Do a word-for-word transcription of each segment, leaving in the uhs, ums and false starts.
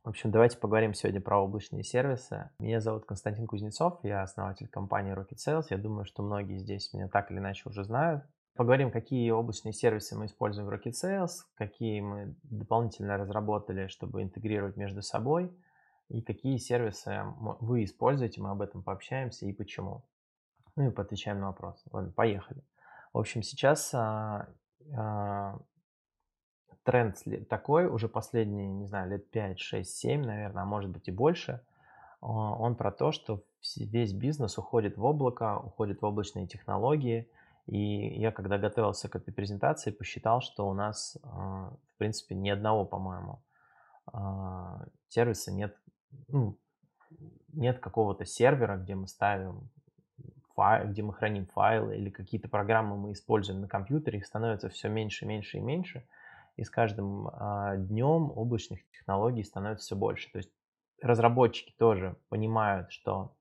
общем, давайте поговорим сегодня про облачные сервисы. Меня зовут Константин Кузнецов, я основатель компании Rocket Sales. Я думаю, что многие здесь меня так или иначе уже знают. Поговорим, какие облачные сервисы мы используем в Rocket Sales, какие мы дополнительно разработали, чтобы интегрировать между собой, и какие сервисы м- вы используете, мы об этом пообщаемся и почему. Ну и поотвечаем на вопросы. Ладно, поехали. В общем, сейчас а, а, тренд сли такой уже последние, не знаю, лет пять, шесть, семь, наверное, а может быть и больше. А, он про то, что вс весь бизнес уходит в облако, уходит в облачные технологии. И я, когда готовился к этой презентации, посчитал, что у нас, а, в принципе, ни одного, по-моему, а, сервиса нет, ну, нет какого-то сервера, где мы ставим фай где мы храним файлы или какие-то программы мы используем на компьютере, их становится все меньше, меньше и меньше. И с каждым а, днем облачных технологий становится все больше. То есть разработчики тоже понимают, что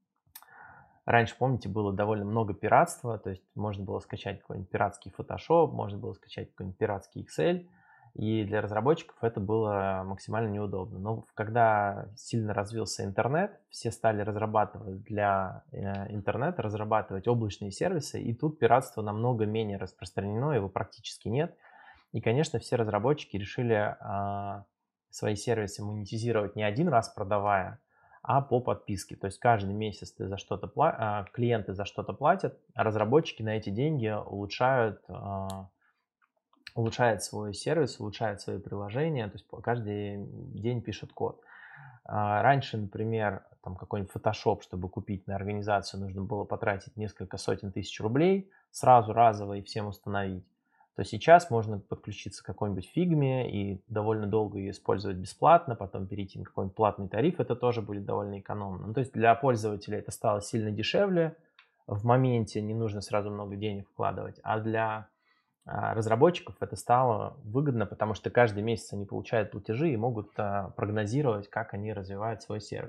раньше, помните, было довольно много пиратства, то есть можно было скачать какой-нибудь пиратский Photoshop, можно было скачать какой-нибудь пиратский Excel, и для разработчиков это было максимально неудобно. Но когда сильно развился интернет, все стали разрабатывать для э, интернета, разрабатывать облачные сервисы, и тут пиратство намного менее распространено, его практически нет. И, конечно, все разработчики решили а, свои сервисы монетизировать не один раз продавая, а по подписке. То есть каждый месяц ты за что-то пла- а, клиенты за что-то платят, а разработчики на эти деньги улучшают, а, улучшают свой сервис, улучшают свои приложения, то есть по- каждый день пишут код. А, Раньше, например, там какой-нибудь Photoshop, чтобы купить на организацию, нужно было потратить несколько сотен тысяч рублей, сразу разово и всем установить. То сейчас можно подключиться к какой-нибудь фигме и довольно долго ее использовать бесплатно, потом перейти на какой-нибудь платный тариф, это тоже будет довольно экономно. Ну, то есть для пользователя это стало сильно дешевле, в моменте не нужно сразу много денег вкладывать, а для а, разработчиков это стало выгодно, потому что каждый месяц они получают платежи и могут а, прогнозировать, как они развивают свой сервис.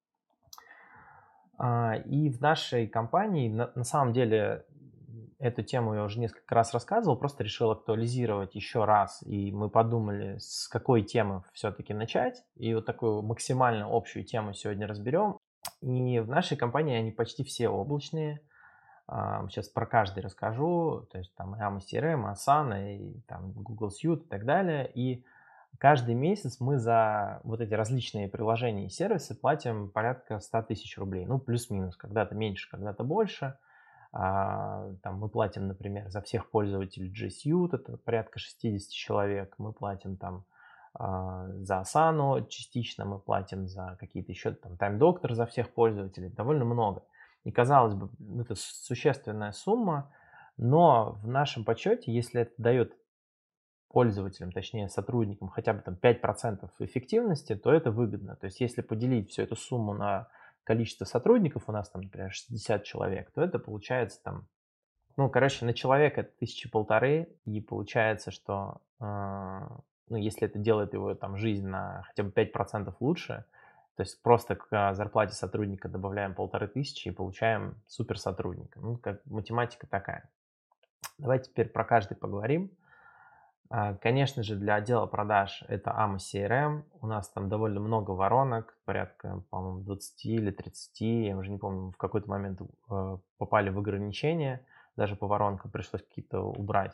А, И в нашей компании, на, на самом деле, эту тему я уже несколько раз рассказывал, просто решил актуализировать еще раз. И мы подумали, с какой темы все-таки начать. И вот такую максимально общую тему сегодня разберем. И в нашей компании они почти все облачные. Сейчас про каждый расскажу, то есть там и эй эй эм си ар эм, и Asana, и там Google Suite и так далее. И каждый месяц мы за вот эти различные приложения и сервисы платим порядка ста тысяч рублей. Ну, плюс-минус, когда-то меньше, когда-то больше. А, Там мы платим, например, за всех пользователей G Suite, это порядка шестьдесят человек. Мы платим там а, за Asana частично, мы платим за какие-то еще там Time Doctor за всех пользователей. Довольно много. И казалось бы, ну, это существенная сумма, но в нашем подсчете, если это дает пользователям, точнее сотрудникам хотя бы там пять процентов эффективности, то это выгодно. То есть если поделить всю эту сумму на количество сотрудников, у нас там, например, шестьдесят человек, то это получается там, ну, короче, на человека это тысячи полторы, и получается, что, э, ну, если это делает его там жизнь на хотя бы пять процентов лучше, то есть просто к а, зарплате сотрудника добавляем полторы тысячи и получаем супер сотрудника. Ну, как математика такая. Давайте теперь про каждый поговорим. А, Конечно же, для отдела продаж это эй эй эм си ар эм. У нас там довольно много воронок, порядка, по-моему, двадцать или тридцать. Я уже не помню, в какой-то момент э, попали в ограничения. Даже по воронкам пришлось какие-то убрать.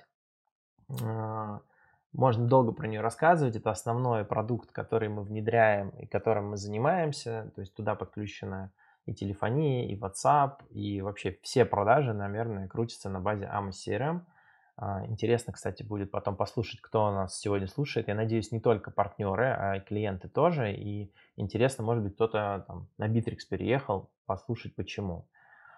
А, Можно долго про нее рассказывать. Это основной продукт, который мы внедряем и которым мы занимаемся. То есть туда подключена и телефония, и WhatsApp, и вообще все продажи, наверное, крутятся на базе эй эй эм си ар эм. А, Интересно, кстати, будет потом послушать, кто нас сегодня слушает. Я надеюсь, не только партнеры, а и клиенты тоже. И интересно, может быть, кто-то там на Bittrex переехал, послушать почему.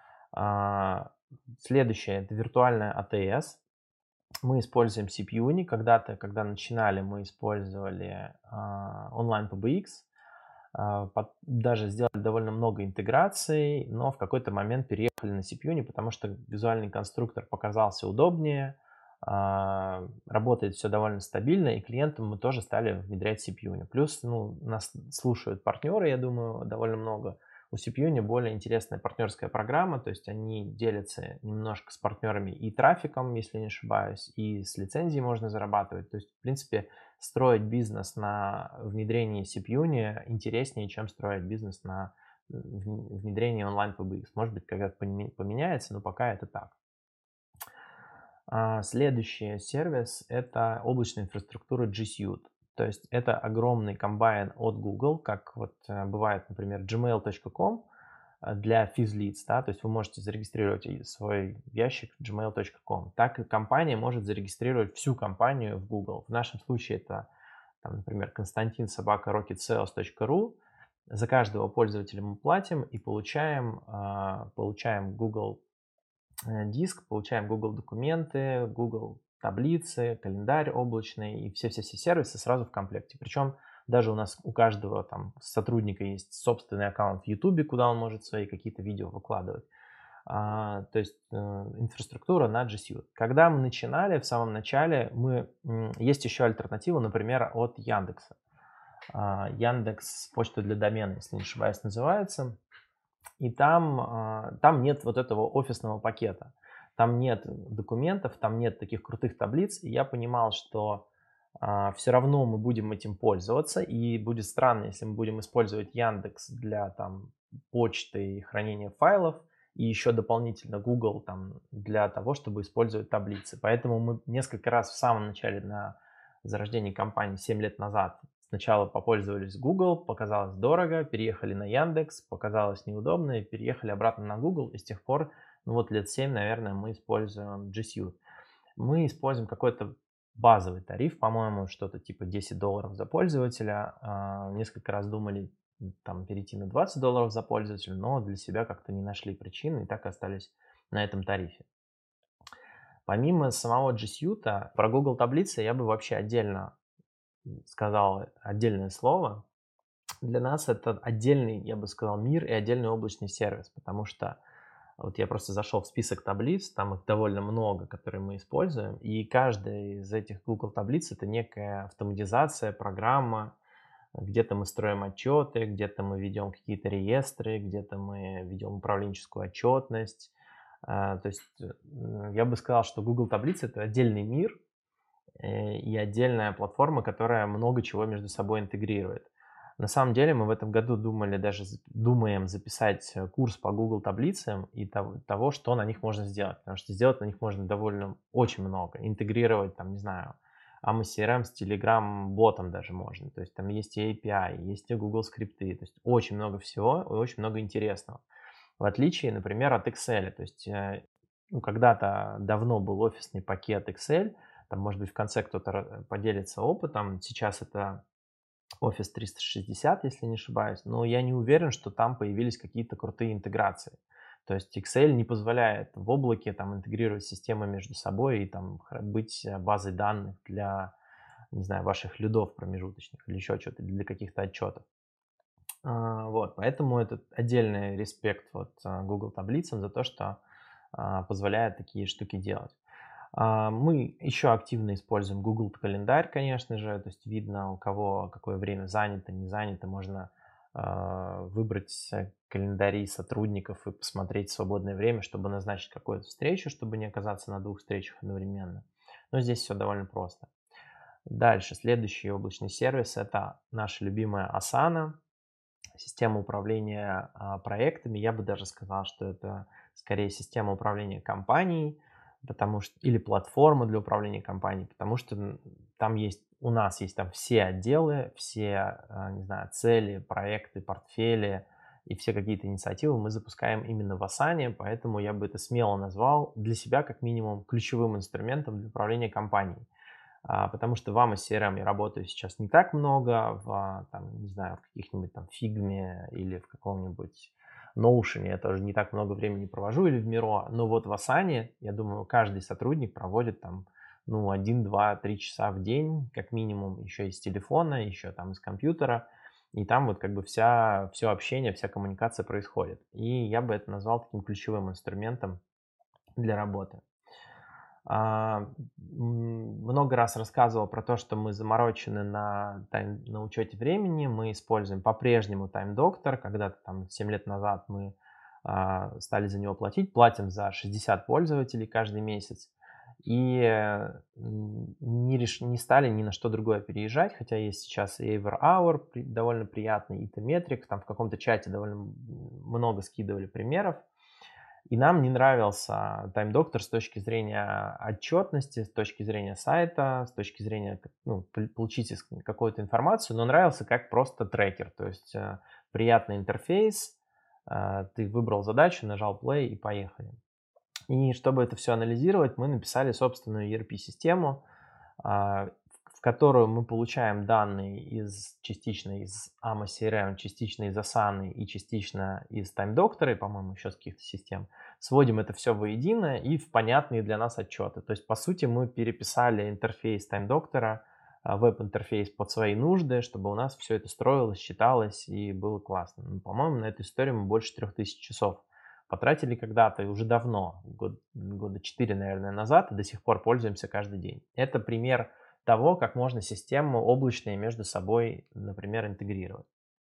А, Следующее– это виртуальная эй ти эс. Мы используем си пи ю. Когда-то, когда начинали, мы использовали а, онлайн пи би экс. А, пот- даже сделали довольно много интеграций, но в какой-то момент переехали на си пи ю, потому что визуальный конструктор показался удобнее, а, работает все довольно стабильно, и клиентам мы тоже стали внедрять си пи ю. Плюс, ну, нас слушают партнеры, я думаю, довольно много. У SipUni более интересная партнерская программа, то есть они делятся немножко с партнерами и трафиком, если не ошибаюсь, и с лицензией можно зарабатывать. То есть, в принципе, строить бизнес на внедрении SipUni интереснее, чем строить бизнес на внедрении онлайн-пи би экс. Может быть, когда-то поменяется, но пока это так. Следующий сервис — это облачная инфраструктура G Suite. То есть это огромный комбайн от Google, как вот бывает, например, джимейл точка ком для физлиц, да, то есть вы можете зарегистрировать свой ящик в джимейл точка ком. Так и компания может зарегистрировать всю компанию в Google. В нашем случае это, там, например, Константин собака рокет селс точка ру. За каждого пользователя мы платим и получаем, получаем Google диск, получаем Google документы, Google таблицы, календарь облачный и все-все-все сервисы сразу в комплекте. Причем даже у нас у каждого там сотрудника есть собственный аккаунт в YouTube, куда он может свои какие-то видео выкладывать. А, то есть э, инфраструктура на G Suite. Когда мы начинали, в самом начале, мы, м, есть еще альтернатива, например, от Яндекса. А, Яндекс почта для домена, если не ошибаюсь, называется. И там, там нет вот этого офисного пакета. Там нет документов, там нет таких крутых таблиц. И я понимал, что а, все равно мы будем этим пользоваться. И будет странно, если мы будем использовать Яндекс для там, почты и хранения файлов. И еще дополнительно Google там, для того, чтобы использовать таблицы. Поэтому мы несколько раз в самом начале на зарождении компании семь лет назад сначала попользовались Google, показалось дорого, переехали на Яндекс, показалось неудобно, и переехали обратно на Google, и с тех пор, ну вот лет семь, наверное, мы используем G Suite. Мы используем какой-то базовый тариф, по-моему, что-то типа десять долларов за пользователя. Несколько раз думали там перейти на двадцать долларов за пользователя, но для себя как-то не нашли причины и так и остались на этом тарифе. Помимо самого G Suite, про Google таблицы я бы вообще отдельно сказал отдельное слово. Для нас это отдельный, я бы сказал, мир и отдельный облачный сервис, потому что вот я просто зашел в список таблиц, там их довольно много, которые мы используем, и каждая из этих Google таблиц — это некая автоматизация, программа, где-то мы строим отчеты, где-то мы ведем какие-то реестры, где-то мы ведем управленческую отчетность. То есть я бы сказал, что Google таблицы — это отдельный мир, и отдельная платформа, которая много чего между собой интегрирует. На самом деле мы в этом году думали, даже думаем записать курс по Google таблицам и того, того, что на них можно сделать. Потому что сделать на них можно довольно очень много. Интегрировать, там, не знаю, эй эм эс си ар эм с Telegram ботом даже можно. То есть там есть и эй пи ай, есть и Google скрипты. То есть очень много всего и очень много интересного. В отличие, например, от Excel. То есть ну, когда-то давно был офисный пакет Excel. Там, может быть, в конце кто-то поделится опытом. Сейчас это Office триста шестьдесят, если не ошибаюсь. Но я не уверен, что там появились какие-то крутые интеграции. То есть Excel не позволяет в облаке там интегрировать системы между собой и там быть базой данных для, не знаю, ваших лидов промежуточных или еще что-то, для каких-то отчетов. А, вот, поэтому это отдельный респект вот Google таблицам за то, что а, позволяет такие штуки делать. Мы еще активно используем Google календарь, конечно же, то есть видно, у кого какое время занято, не занято, можно выбрать календари сотрудников и посмотреть свободное время, чтобы назначить какую-то встречу, чтобы не оказаться на двух встречах одновременно. Но здесь все довольно просто. Дальше, следующий облачный сервис — это наша любимая Asana, система управления проектами. Я бы даже сказал, что это скорее система управления компанией, потому что, или платформа для управления компанией, потому что там есть, у нас есть там все отделы, все, не знаю, цели, проекты, портфели и все какие-то инициативы мы запускаем именно в Asana, поэтому я бы это смело назвал для себя как минимум ключевым инструментом для управления компанией. Потому что в эй эм эс си ар эм я работаю сейчас не так много, в, там, не знаю, в каких-нибудь там Figma или в каком-нибудь Notion я тоже не так много времени провожу, или в Miro, но вот в Asana, я думаю, каждый сотрудник проводит там, ну, один, два, три часа в день, как минимум, еще из телефона, еще там из компьютера, и там вот как бы вся, все общение, вся коммуникация происходит. И я бы это назвал таким ключевым инструментом для работы. А, м, много раз рассказывал про то, что мы заморочены на тайм на учете времени. Мы используем по-прежнему Time Doctor. Когда-то там семь лет назад мы, а, стали за него платить. Платим за шестьдесят пользователей каждый месяц. И, э, м, не реш не стали ни на что другое переезжать, хотя есть сейчас и Ever Hour при довольно приятный, и T-Metrics. Там в каком-то чате довольно м много скидывали примеров. И нам не нравился Time Doctor с точки зрения отчетности, с точки зрения сайта, с точки зрения, к ну, пол получить из какую-то информацию, но нравился как просто трекер. То есть, э, приятный интерфейс, э, ты выбрал задачу, нажал play и поехали. И чтобы это всё анализировать, мы написали собственную и эр пи-систему, а, в в которую мы получаем данные из частично из эй эм эс си эр эм, частично из Asana и частично из Time Doctor, и, по-моему, еще с каких-то систем. Сводим это всё воедино и в понятные для нас отчеты. То есть, по сути, мы переписали интерфейс Time Doctor, а, веб-интерфейс под свои нужды, чтобы у нас всё это строилось, считалось и было классно. Ну, по-моему, на эту историю мы больше трех тысяч часов потратили когда-то и уже давно, год года четыре, наверное, назад, и до сих пор пользуемся каждый день. Это пример того, как можно системы облачные между собой, например, интегрировать.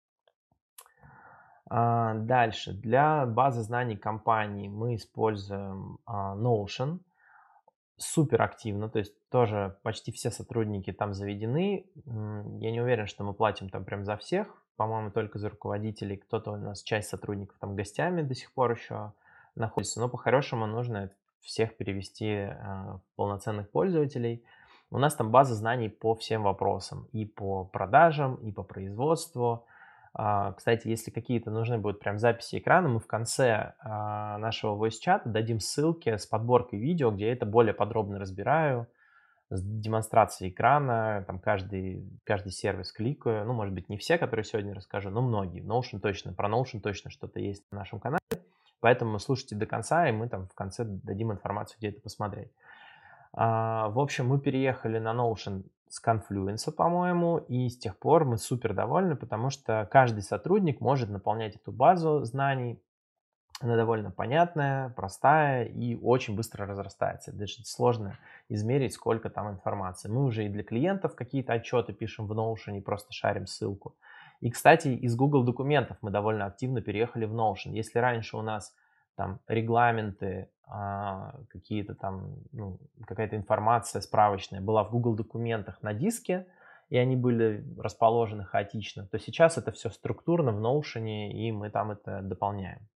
А, дальше. Для базы знаний компании мы используем, а, Notion супер активно, то есть тоже почти все сотрудники там заведены. М, я не уверен, что мы платим там прям за всех, по-моему, только за руководителей. Кто-то у нас, часть сотрудников там гостями до сих пор еще находится, но по-хорошему нужно всех перевести, э, в полноценных пользователей. У нас там база знаний по всем вопросам: и по продажам, и по производству. А, кстати, если какие-то нужны будут прям записи экрана, мы в конце, а, нашего войс-чата дадим ссылки с подборкой видео, где я это более подробно разбираю, с демонстрацией экрана, там каждый каждый сервис кликаю. Ну, может быть, не все, которые сегодня расскажу, но многие. Notion точно, про Notion точно что-то есть на нашем канале, поэтому слушайте до конца, и мы там в конце дадим информацию, где это посмотреть. А, в общем, мы переехали на Notion с Confluence, по-моему, и с тех пор мы супер довольны, потому что каждый сотрудник может наполнять эту базу знаний. Она довольно понятная, простая и очень быстро разрастается. Даже сложно измерить, сколько там информации. Мы уже и для клиентов какие-то отчеты пишем в Notion, просто шарим ссылку. И, кстати, из Google документов мы довольно активно переехали в Notion. Если раньше у нас там регламенты, а, какие-то там, ну, какая-то информация справочная была в Google документах на диске, и они были расположены хаотично, то сейчас это всё структурно в Notion, и мы там это дополняем.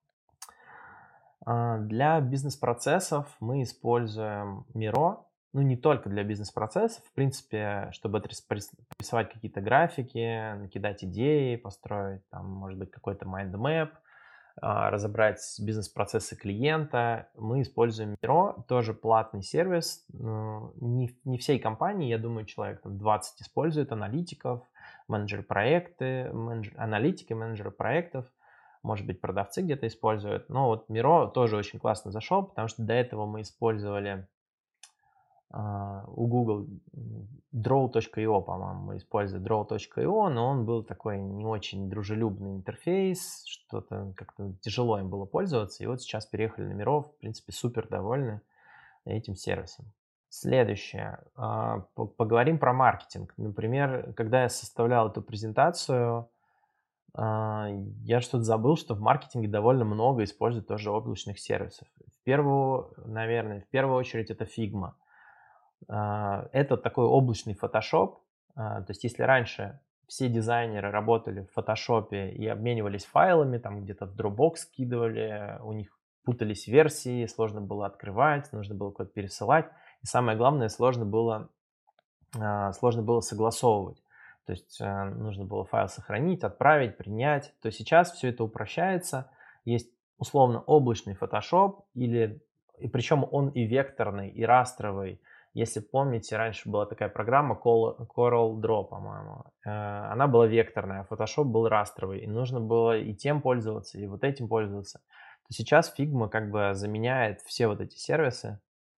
А, для бизнес-процессов мы используем Miro. Ну, не только для бизнес-процессов. В принципе, чтобы отрис порис рисовать какие-то графики, накидать идеи, построить там, может быть, какой-то майндмэп, а, разобрать бизнес-процессы клиента. Мы используем Miro, тоже платный сервис. Ну, не не всей компании, я думаю, человек там двадцать использует аналитиков, менеджеры проекты, менедж аналитики, менеджеры проектов. Может быть, продавцы где-то используют. Но вот Miro тоже очень классно зашел, потому что до этого мы использовали, а, у Google Draw точка io, по-моему, мы использовали Draw точка io, но он был такой не очень дружелюбный интерфейс, что-то как-то тяжело им было пользоваться. И вот сейчас переехали на Miro, в принципе, супер довольны этим сервисом. Следующее. А, по поговорим про маркетинг. Например, когда я составлял эту презентацию, а, я что-то забыл, что в маркетинге довольно много используют тоже облачных сервисов. В первую, наверное, в первую очередь это Figma. А, это такой облачный Photoshop. А, то есть если раньше все дизайнеры работали в "Фотошопе" и обменивались файлами, там где-то в Dropbox скидывали, у них путались версии, сложно было открывать, нужно было куда-то пересылать. И самое главное, сложно было, а, сложно было согласовывать. То есть, а, нужно было файл сохранить, отправить, принять. То сейчас всё это упрощается. Есть условно облачный Photoshop или и причем он и векторный, и растровый. Если помните, раньше была такая программа кола Corel Draw, по-моему. Э, она была векторная, а Photoshop был растровый, и нужно было и тем пользоваться, и вот этим пользоваться. То сейчас Figma как бы заменяет все вот эти сервисы,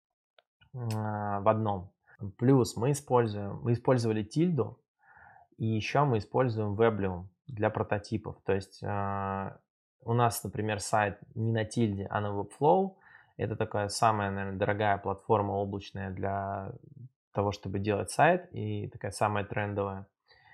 а, в одном. Плюс мы используем мы использовали Тильду, и еще мы используем Weblium для прототипов. То есть, а, у нас, например, сайт не на Тильде, а на Webflow, Это такая самая, наверное, дорогая платформа облачная для того, чтобы делать сайт, и такая самая трендовая.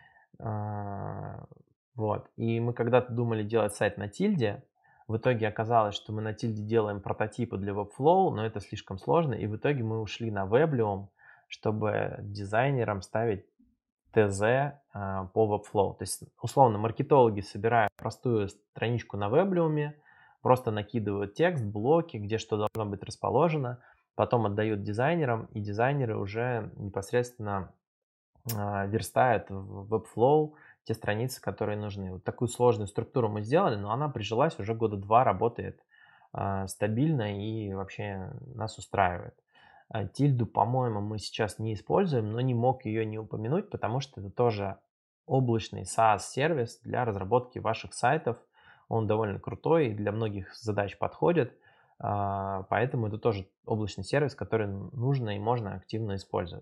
А, Вот. И мы когда-то думали делать сайт на тильде. В итоге оказалось, что мы на тильде делаем прототипы для Webflow, но это слишком сложно. И в итоге мы ушли на Weblium, чтобы дизайнерам ставить ТЗ а, по Webflow. То есть, условно, маркетологи собирают простую страничку на Weblium, просто накидывают текст, блоки, где что должно быть расположено, потом отдают дизайнерам, и дизайнеры уже непосредственно а, верстают в Webflow те страницы, которые нужны. Вот такую сложную структуру мы сделали, но она прижилась, уже года два работает а, стабильно и вообще нас устраивает. А, Тильду, по-моему, мы сейчас не используем, но не мог ее не упомянуть, потому что это тоже облачный SaaS-сервис для разработки ваших сайтов. Он довольно крутой и для многих задач подходит, а, поэтому это тоже облачный сервис, который нужно и можно активно использовать.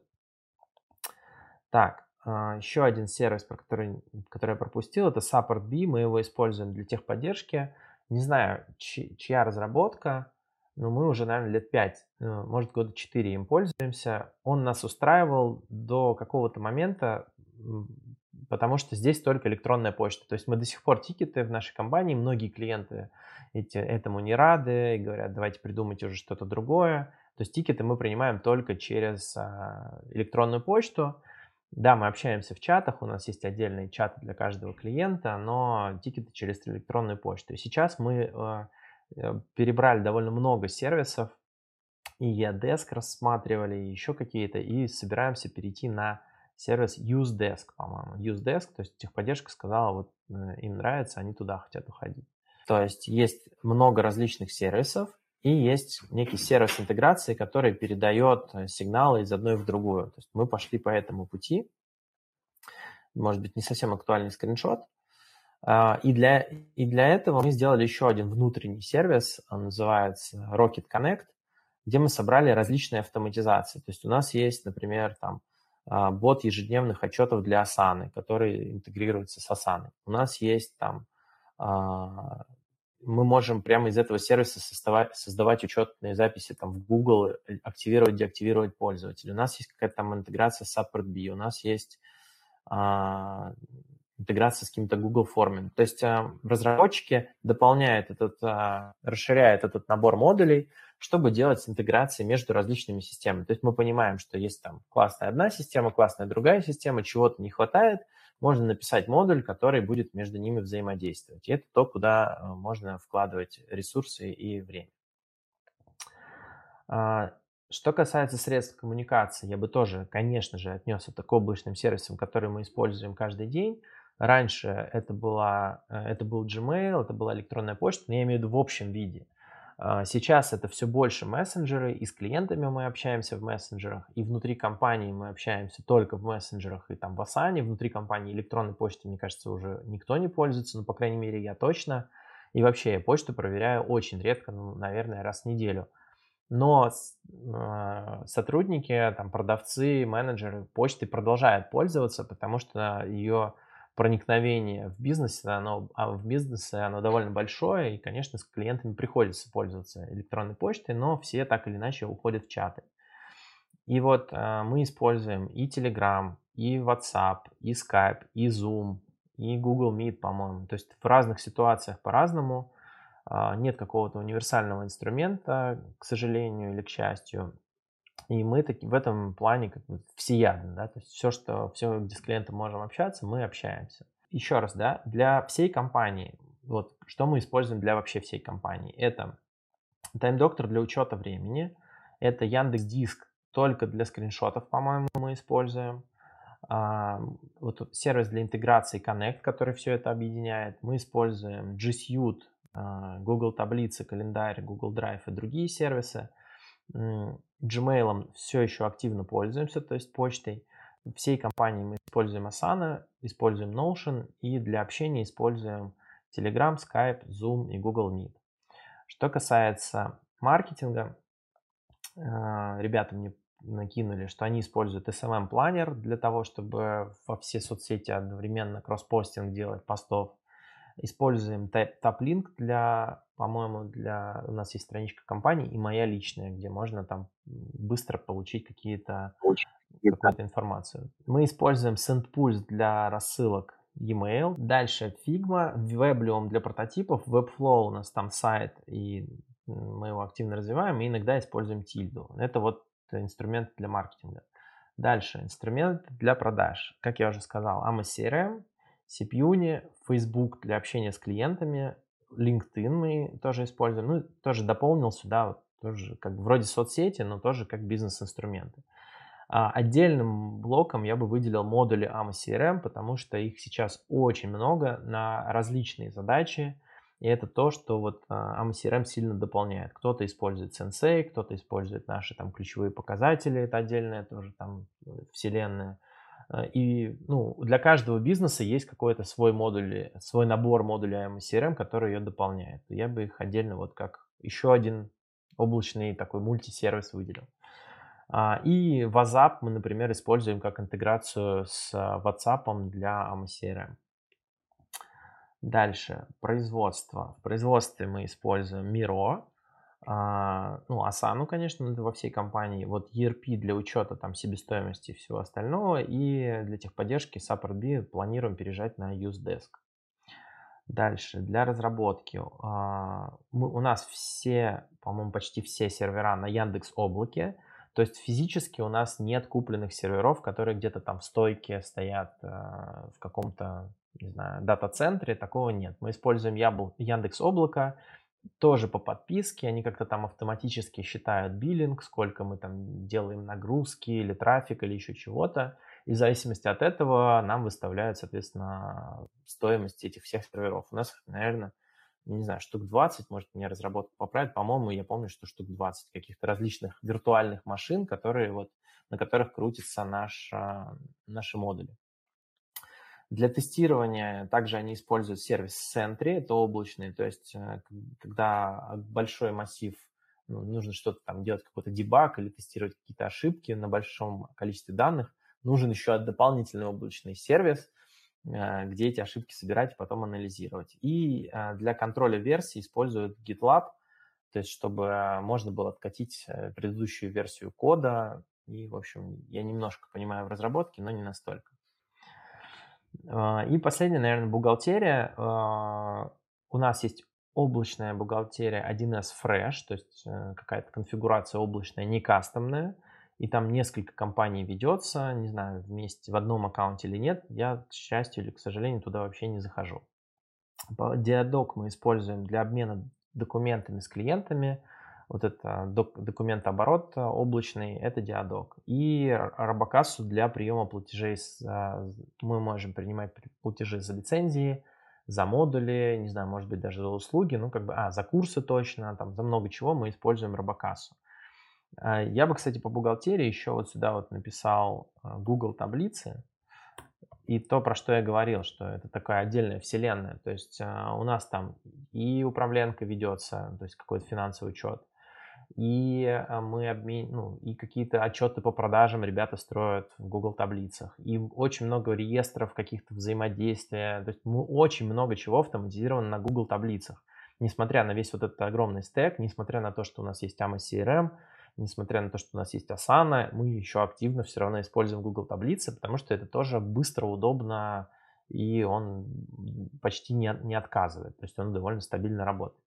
Так, а, еще один сервис, про который, который я пропустил, это SupportBee. Мы его используем для техподдержки. Не знаю, чи- чья разработка, но мы уже, наверное, лет пять, э, может, года четыре им пользуемся. Он нас устраивал до какого-то момента, м, потому что здесь только электронная почта. То есть мы до сих пор тикеты в нашей компании, многие клиенты эти, этому не рады и говорят, давайте придумайте уже что-то другое. То есть тикеты мы принимаем только через а, электронную почту. Да, мы общаемся в чатах, у нас есть отдельные чаты для каждого клиента, но тикеты через электронную почту. И сейчас мы э, э, перебрали довольно много сервисов, и Yadesk рассматривали, и еще какие-то, и собираемся перейти на сервис UseDesk, по-моему. UseDesk, то есть техподдержка сказала, вот э, им нравится, они туда хотят уходить. То есть есть много различных сервисов, и есть некий сервис интеграции, который передает сигналы из одной в другую. То есть мы пошли по этому пути. Может быть, не совсем актуальный скриншот. И для, и для этого мы сделали еще один внутренний сервис, он называется Rocket Connect, где мы собрали различные автоматизации. То есть у нас есть, например, там бот ежедневных отчетов для Asana, который интегрируется с Asana. У нас есть там мы можем прямо из этого сервиса создавать, создавать учетные записи там, в Google, активировать, деактивировать пользователя. У нас есть какая-то там интеграция с SupportBee, у нас есть а, интеграция с какими-то Google формами. То есть а, разработчики дополняют этот, а, расширяют этот набор модулей, чтобы делать интеграции между различными системами. То есть мы понимаем, что есть там классная одна система, классная другая система, чего-то не хватает, можно написать модуль, который будет между ними взаимодействовать. И это то, куда можно вкладывать ресурсы и время. Что касается средств коммуникации, я бы тоже, конечно же, отнес это к облачным сервисам, которые мы используем каждый день. Раньше это, была, это был Gmail, это была электронная почта, но я имею в виду в общем виде. Сейчас это все больше мессенджеры, и с клиентами мы общаемся в мессенджерах, и внутри компании мы общаемся только в мессенджерах и там в Asana. Внутри компании электронной почты, мне кажется, уже никто не пользуется, ну, по крайней мере, я точно. И вообще я почту проверяю очень редко, ну, наверное, раз в неделю. Но э, сотрудники, там, продавцы, менеджеры почты продолжают пользоваться, потому что ее проникновение в бизнесе, оно, а в бизнесе оно довольно большое, и, конечно, с клиентами приходится пользоваться электронной почтой, но все так или иначе уходят в чаты. И вот э, мы используем и Telegram, и WhatsApp, и Skype, и Zoom, и Google Meet, по-моему. То есть в разных ситуациях по-разному. Нет какого-то универсального инструмента, к сожалению или к счастью. И мы таки, в этом плане как бы всеядны, да, то есть все, что, все, где с клиентом можем общаться, мы общаемся. Еще раз, да, для всей компании, вот что мы используем для вообще всей компании, это TimeDoctor для учета времени, это Яндекс.Диск только для скриншотов, по-моему, мы используем. А, вот сервис для интеграции Connect, который все это объединяет. Мы используем G Suite, Google таблицы, календарь, Google Drive и другие сервисы. Gmail все еще активно пользуемся, то есть почтой. Всей компании мы используем Asana, используем Notion и для общения используем Telegram, Skype, Zoom и Google Meet. Что касается маркетинга, ребята мне накинули, что они используют эс эм эм-планер для того, чтобы во все соцсети одновременно кросспостинг делать постов. Используем TapLink для по-моему, для... У нас есть страничка компании и моя личная, где можно там быстро получить какие-то, Очень какую-то информацию. Мы используем SendPulse для рассылок e-mail. Дальше Figma, Weblium для прототипов, Webflow у нас там сайт, и мы его активно развиваем, и иногда используем Tilda. Это вот инструмент для маркетинга. Дальше инструмент для продаж. Как я уже сказал, эй эм эс си ар эм, Sipuni, Facebook для общения с клиентами, LinkedIn мы тоже используем. Ну, тоже дополнил сюда, вот, тоже как вроде соцсети, но тоже как бизнес-инструменты. А отдельным блоком я бы выделил модули эй эм эс си ар эм, потому что их сейчас очень много на различные задачи. И это то, что вот эй эм эс си ар эм сильно дополняет. Кто-то использует Sensei, кто-то использует наши там ключевые показатели, это отдельная тоже там вселенная. И ну, для каждого бизнеса есть какой-то свой модуль, свой набор модулей эй эм эс си ар эм, который ее дополняет. Я бы их отдельно вот как еще один облачный такой мультисервис выделил. И WhatsApp мы, например, используем как интеграцию с WhatsApp для эй эм эс си ар эм. Дальше, производство. В производстве мы используем Miro, а, ну, Asana, конечно, это во всей компании. Вот и ар пи для учета там себестоимости и всего остального. И для техподдержки SuppортBee планируем переезжать на UseDesk. Дальше, для разработки. А, мы, у нас все, по-моему, почти все сервера на Яндекс.Облаке. То есть физически у нас нет купленных серверов, которые где-то там в стойке стоят э, в каком-то, не знаю, дата-центре. Такого нет. Мы используем Яндекс.Облако, тоже по подписке. Они как-то там автоматически считают биллинг, сколько мы там делаем нагрузки или трафик или еще чего-то. И в зависимости от этого нам выставляют, соответственно, стоимость этих всех серверов. У нас, наверное, не знаю, штук двадцать, может, мне разработка поправит. По-моему, я помню, что штук двадцать каких-то различных виртуальных машин, которые вот, на которых крутятся наш, наши модули. Для тестирования также они используют сервис Sentry, это облачный, то есть когда большой массив, ну, нужно что-то там делать, какой-то дебаг или тестировать какие-то ошибки на большом количестве данных, нужен еще дополнительный облачный сервис, где эти ошибки собирать и потом анализировать. И для контроля версий используют GitLab, то есть чтобы можно было откатить предыдущую версию кода. И, в общем, я немножко понимаю в разработке, но не настолько. И последнее, наверное, бухгалтерия. У нас есть облачная бухгалтерия один эс Fresh, то есть какая-то конфигурация облачная, не кастомная. И там несколько компаний ведется, не знаю, вместе в одном аккаунте или нет. Я, к счастью или к сожалению, туда вообще не захожу. Diadoc мы используем для обмена документами с клиентами. Вот это док- документооборот облачный, это Diadoc. И Робокассу для приема платежей. С, мы можем принимать платежи за лицензии, за модули, не знаю, может быть, даже за услуги, ну, как бы, а, за курсы точно, там, за много чего мы используем Робокассу. Я бы, кстати, по бухгалтерии еще вот сюда вот написал Google таблицы. И то, про что я говорил, что это такая отдельная вселенная. То есть у нас там и управленка ведется, то есть какой-то финансовый учет, и мы обмен... ну, и какие-то отчеты по продажам ребята строят в Google таблицах. И очень много реестров, каких-то взаимодействия. То есть мы очень много чего автоматизировано на Google таблицах. Несмотря на весь вот этот огромный стек, несмотря на то, что у нас есть эй эм эс си ар эм, несмотря на то, что у нас есть Asana, мы еще активно все равно используем Google таблицы, потому что это тоже быстро, удобно, и он почти не, не отказывает. То есть он довольно стабильно работает.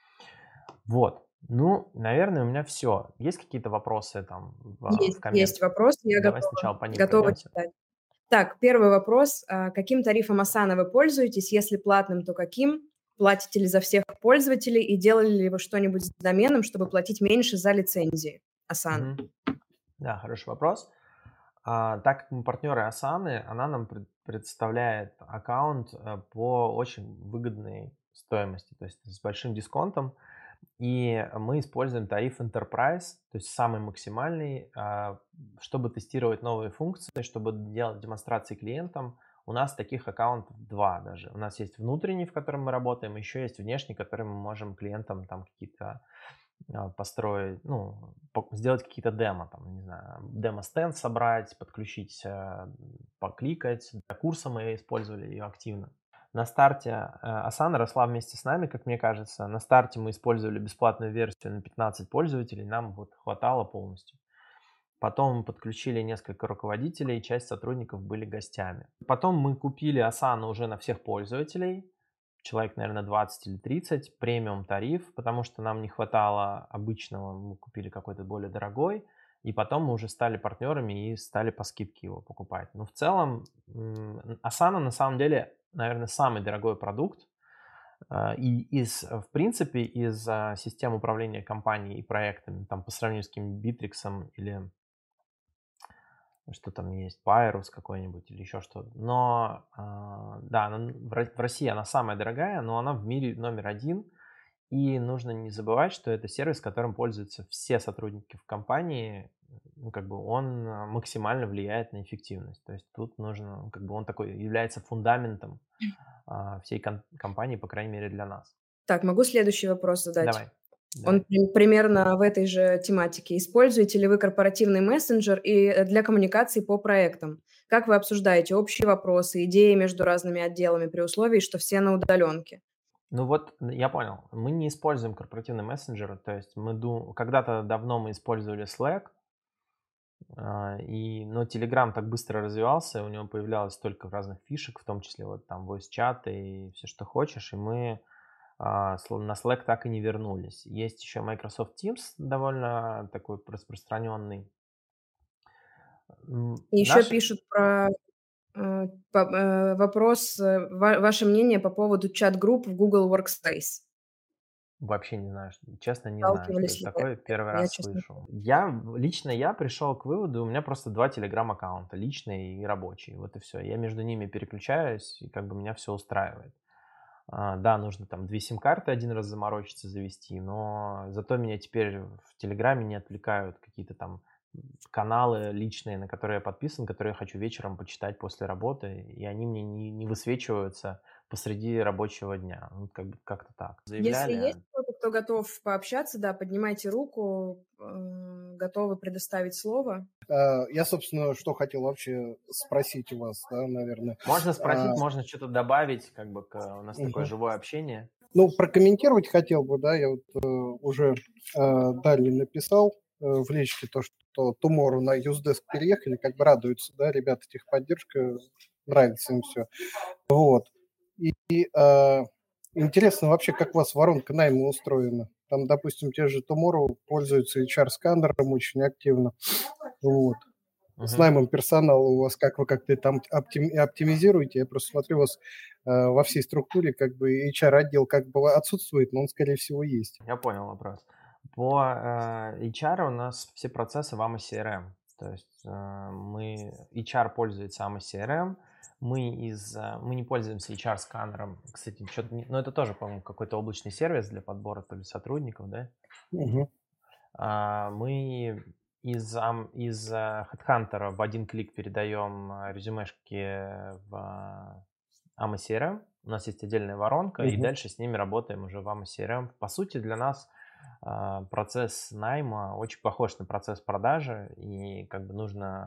Вот. Ну, наверное, у меня все. Есть какие-то вопросы там в, в Есть, есть комментах? вопрос, я Давай готова, сначала по ним готова пройдемся. читать. Так, первый вопрос. Каким тарифом Asana вы пользуетесь? Если платным, то каким? Платите ли за всех пользователей? И делали ли вы что-нибудь с доменом, чтобы платить меньше за лицензии Asana? Угу. Да, хороший вопрос. А, так как мы партнеры Asana, она нам пред, представляет аккаунт по очень выгодной стоимости, то есть с большим дисконтом. И мы используем тариф Enterprise, то есть самый максимальный, чтобы тестировать новые функции, чтобы делать демонстрации клиентам. У нас таких аккаунтов два даже. У нас есть внутренний, в котором мы работаем, еще есть внешний, который мы можем клиентам там какие-то построить, ну, сделать какие-то демо, там, не знаю, демо-стенд собрать, подключить, покликать. Для курса мы использовали ее активно. На старте э, Asana росла вместе с нами, как мне кажется. На старте мы использовали бесплатную версию на пятнадцать пользователей, нам вот хватало полностью. Потом мы подключили несколько руководителей, часть сотрудников были гостями. Потом мы купили Asana уже на всех пользователей, человек, наверное, двадцать или тридцать, премиум тариф, потому что нам не хватало обычного, мы купили какой-то более дорогой, и потом мы уже стали партнерами и стали по скидке его покупать. Но в целом м, Asana на самом деле, наверное, самый дорогой продукт, а, и из, в принципе, из а, систем управления компанией и проектами, там по сравнению с каким-нибудь Bittrex или что там есть, Pyrus какой-нибудь или еще что-то. Но, а, да, она в Ро- в России она самая дорогая, но она в мире номер один. И нужно не забывать, что это сервис, которым пользуются все сотрудники в компании. Ну, как бы он а, максимально влияет на эффективность. То есть тут нужно, ну, как бы он такой является фундаментом а, всей ком- компании, по крайней мере, для нас. Так, могу следующий вопрос задать? Давай, Он давай. при- примерно в этой же тематике. Используете ли вы корпоративный мессенджер и э, для коммуникации по проектам? Как вы обсуждаете общие вопросы, идеи между разными отделами при условии, что все на удаленке? Ну вот, н- я понял. Мы не используем корпоративный мессенджер, то есть мы ду... когда-то давно мы использовали Slack, а, и... но Telegram так быстро развивался, у него появлялось столько разных фишек, в том числе вот там voice-чаты и все, что хочешь, и мы а, сл- на Slack так и не вернулись. Есть еще Microsoft Teams, довольно такой распространенный. М, И еще Наш пишут про э, по- э, вопрос, э, ва- ваше мнение по поводу чат-групп в Google Workspace. вообще не знаю, что- честно, не знаю, что Сталкивались это ли вы такое, с первый этим? Я, раз честно, слышу. Я, в- лично я пришел к выводу, у меня просто два телеграм-аккаунта, личный и рабочий, вот и все. Я между ними переключаюсь, и как бы меня все устраивает. А, да, нужно там две сим-карты один раз заморочиться, завести, но зато меня теперь в Телеграме не отвлекают какие-то там каналы личные, на которые я подписан, которые я хочу вечером почитать после работы, и они мне не, не высвечиваются посреди рабочего дня. Ну, как бы как-то так. Если есть Заявляли. кто-то, кто готов пообщаться, да, поднимайте руку, э, готовы предоставить слово. А, Я, собственно, что хотел вообще спросить у вас, да, наверное. Можно А, спросить, можно что-то добавить, как бы к- у нас такое мгм. живое общение. Ну, прокомментировать хотел бы, да, я вот э, уже э, Дали написал э, в личке то, что Tomorrow на Usedesk переехали, как бы радуются, да, ребята, техподдержка, нравится им все. Вот. И, и, э, интересно вообще, как у вас воронка найма устроена. Там, допустим, те же Tomorrow пользуются эйч ар-сканером очень активно. Вот. С Мгм. наймом персонала у вас, как вы как-то там оптим- оптимизируете? Я просто смотрю, у вас э, во всей структуре как бы эйч ар-отдел как бы отсутствует, но он, скорее всего, есть. Я понял вопрос. По э, эйч ар у нас все процессы в эй эм эс си ар эм. То есть э, мы, эйч ар пользуется эй эм эс си ар эм, мы, из, э, мы не пользуемся эйч ар-сканером. Кстати, что-то не, ну это тоже, по-моему, какой-то облачный сервис для подбора то ли сотрудников, да? Мгм. А, мы из, ам- из э, HeadHunter в один клик передаем э, резюмешки в эй эм эс си ар эм. У нас есть отдельная воронка, и Мгм. дальше с ними работаем уже в эй эм эс си ар эм. По сути, для нас а, процесс найма очень похож на процесс продажи, и как бы нужно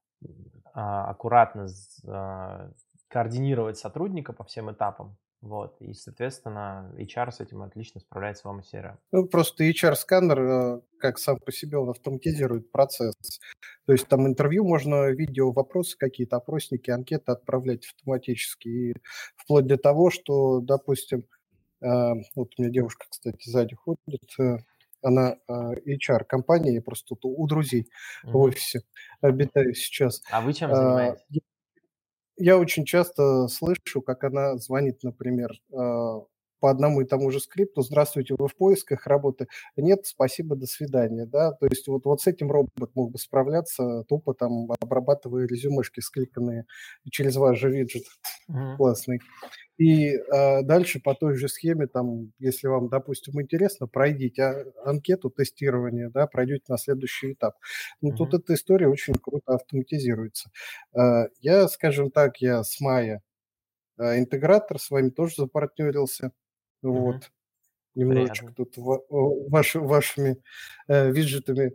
а, аккуратно с- а, координировать сотрудника по всем этапам. Вот, и, соответственно, эйч ар с этим отлично справляется в эй эм эс си ар эм. Ну, просто эйч ар-сканер, э, как сам по себе, он автоматизирует процесс. То есть там интервью можно, видео, вопросы какие-то, опросники, анкеты отправлять автоматически. И вплоть до того, что, допустим, э, вот у меня девушка, кстати, сзади ходит, э, она э, эйч ар компании, я просто тут у друзей в Мгм. офисе обитаю сейчас. А вы чем Э, занимаетесь? Я очень часто слышу, как она звонит, например, э, по одному и тому же скрипту: «Здравствуйте, вы в поисках работы?» «Нет, спасибо, до свидания». Да? То есть вот, вот с этим робот мог бы справляться, тупо там обрабатывая резюмешки, скликанные через ваш же виджет Мгм. классный. И э, дальше по той же схеме, там, если вам, допустим, интересно, пройдите а- анкету тестирования, да, пройдете на следующий этап. Ну, тут Мгм. эта история очень круто автоматизируется. Э, я, скажем так, я с мая э, интегратор, с вами тоже запартнерился. Мгм. Вот, немножечко Приятно. тут ва- о, ваши- вашими э, виджетами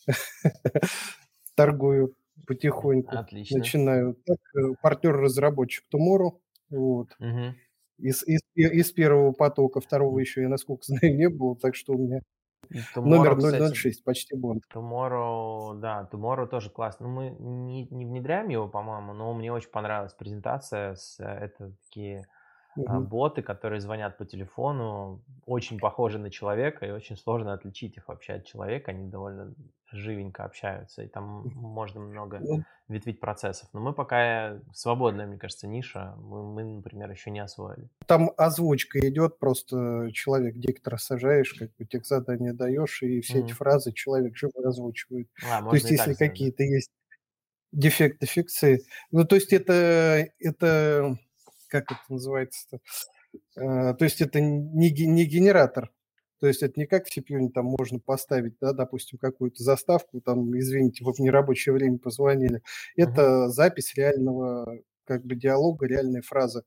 торгую потихоньку. Отлично. Начинаю. Так, э, партнер-разработчик Tomorrow. Вот. Мгм. Из, из, из первого потока, второго еще, я, насколько знаю, не было, так что у меня номер Tomorrow, ноль ноль кстати, шесть, почти Бонд. Tomorrow, да, Tomorrow тоже классно. Ну, мы не, не внедряем его, по-моему, но мне очень понравилась презентация. С, э, это такие а, Мгм. боты, которые звонят по телефону, очень похожи на человека, и очень сложно отличить их вообще от человека. Они довольно живенько общаются, и там можно много Ну, ветвить процессов. Но мы пока свободная, мне кажется, ниша. Мы, мы, например, еще не освоили. там озвучка идет, просто человек диктора сажаешь, как бы тех задания даешь, и все эти Мгм. фразы человек живо озвучивает. А, То есть можно и так если сделать, да. какие-то есть дефекты фикции, ну то есть это, это как это называется-то? Э, То есть это не, ге- не генератор. То есть это не как в си пи ю там можно поставить, да, допустим, какую-то заставку, там, извините, вы в нерабочее время позвонили. Мгм. Это запись реального как бы диалога, реальной фразы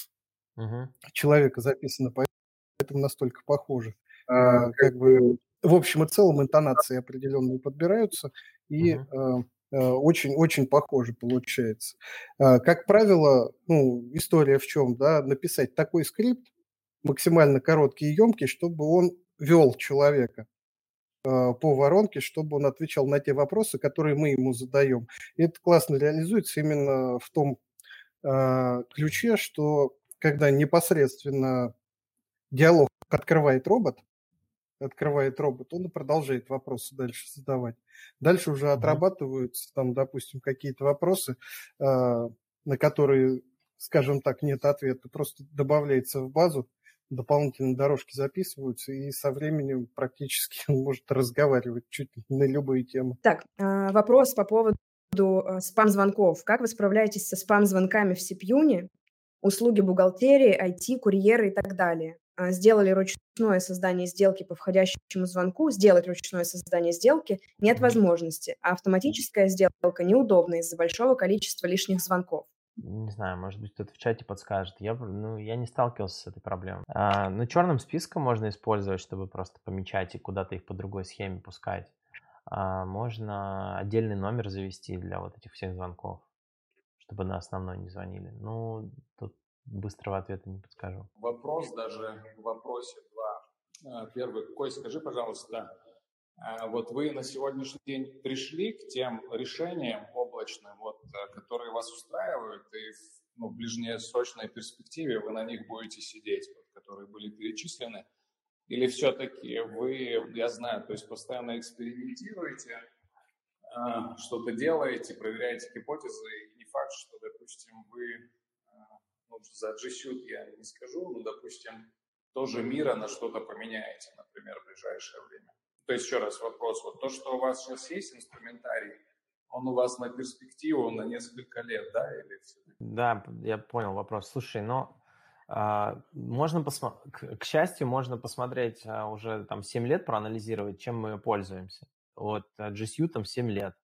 Мгм. человека записана, поэтому настолько похоже. А, Как бы в общем и целом интонации определенные подбираются, и Мгм. очень-очень похоже получается. А, Как правило, ну, история в чем, да, написать такой скрипт, максимально короткий и емкий, чтобы он вел человека а, по воронке, чтобы он отвечал на те вопросы, которые мы ему задаем. И это классно реализуется именно в том а, ключе, что когда непосредственно диалог открывает робот, открывает робот, он и продолжает вопросы дальше задавать. Дальше уже Мгм. отрабатываются, там, допустим, какие-то вопросы, а, на которые, скажем так, нет ответа, просто добавляется в базу, дополнительные дорожки записываются, и со временем практически он может разговаривать чуть ли не на любые темы. Так, а, вопрос по поводу а, спам-звонков. Как вы справляетесь со спам-звонками в Сипьюне? Услуги бухгалтерии, ай ти, курьеры и так далее. А, Сделали ручное создание сделки по входящему звонку. Сделать ручное создание сделки нет Мгм. возможности, а автоматическая сделка неудобна из-за большого количества лишних звонков. Не знаю, может быть, кто-то в чате подскажет. Я, б- ну, я не сталкивался с этой проблемой. А, ну, черным списком можно использовать, чтобы просто помечать и куда-то их по другой схеме пускать. А, можно отдельный номер завести для вот этих всех звонков, чтобы на основной не звонили. Ну, тут быстрого ответа не подскажу. Вопрос даже в вопросе два. Первый, Кой, скажи, пожалуйста, а вот вы на сегодняшний день пришли к тем решениям облачным, вот, которые вас устраивают, и в ну, ближнесрочной перспективе вы на них будете сидеть, вот, которые были перечислены, или все-таки вы, я знаю, то есть постоянно экспериментируете, а, что-то делаете, проверяете гипотезы, и не факт, что, допустим, вы, а, ну, за G Suite я не скажу, но, допустим, тоже мира на что-то поменяете, например, в ближайшее время. То есть, еще раз вопрос, вот то, что у вас сейчас есть инструментарий, он у вас на перспективу на несколько лет, да, или все? Да, п- я понял вопрос. Слушай, но а, можно посмо- к, к счастью, можно посмотреть а, уже там семь лет, проанализировать, чем мы пользуемся. Вот а, G Suite там семь лет,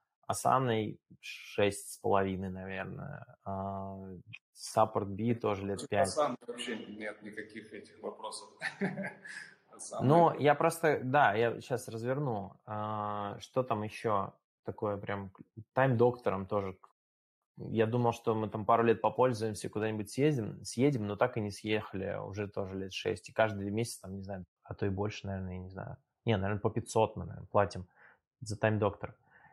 Asana шесть с половиной, наверное. а, Support B тоже лет пять. Асан вообще нет никаких этих вопросов. Асан Ну, это... я просто, да, я сейчас разверну. А, что там еще такое прям? Time доктором тоже. Я думал, что мы там пару лет попользуемся, куда-нибудь съездим, съедем, но так и не съехали, уже тоже лет шесть. И каждый месяц, там, не знаю, а то и больше, наверное, я не знаю. Не, наверное, по пятьсот мы, наверное, платим за Time Doctor.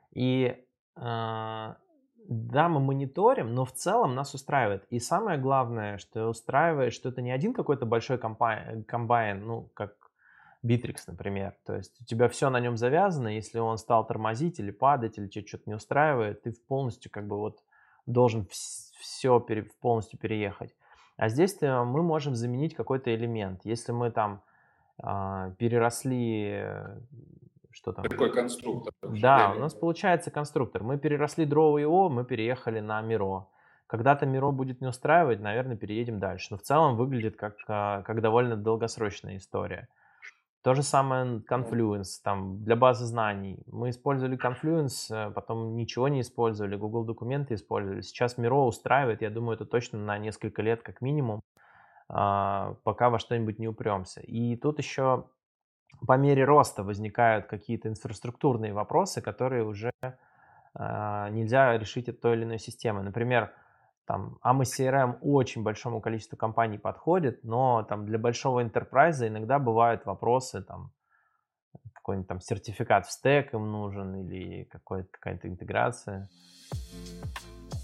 И а, да, мы мониторим, но в целом нас устраивает. И самое главное, что устраивает, что это не один какой-то большой комбайн, комбайн, ну, как Bittrex, например. То есть у тебя все на нем завязано, если он стал тормозить или падать, или тебе что-то не устраивает, ты полностью как бы вот должен все полностью переехать. А здесь мы можем заменить какой-то элемент. Если мы там а, переросли, э, что там? Такой конструктор. Да, у нас получается конструктор. Мы переросли Draw точка io, мы переехали на Miro. Когда-то Miro будет не устраивать, наверное, переедем дальше. Но в целом выглядит как, а, как довольно долгосрочная история. То же самое Confluence, там, для базы знаний. Мы использовали Confluence, потом ничего не использовали, Google документы использовали. Сейчас Miro устраивает, я думаю, это точно на несколько лет как минимум, а, пока во что-нибудь не упремся. И тут еще по мере роста возникают какие-то инфраструктурные вопросы, которые уже а, нельзя решить от той или иной системы. Например, там эй эм эс си ар эм очень большому количеству компаний подходит, но там для большого enterprise иногда бывают вопросы, там какой-нибудь там сертификат в стек им нужен или какой-то, какая-то интеграция.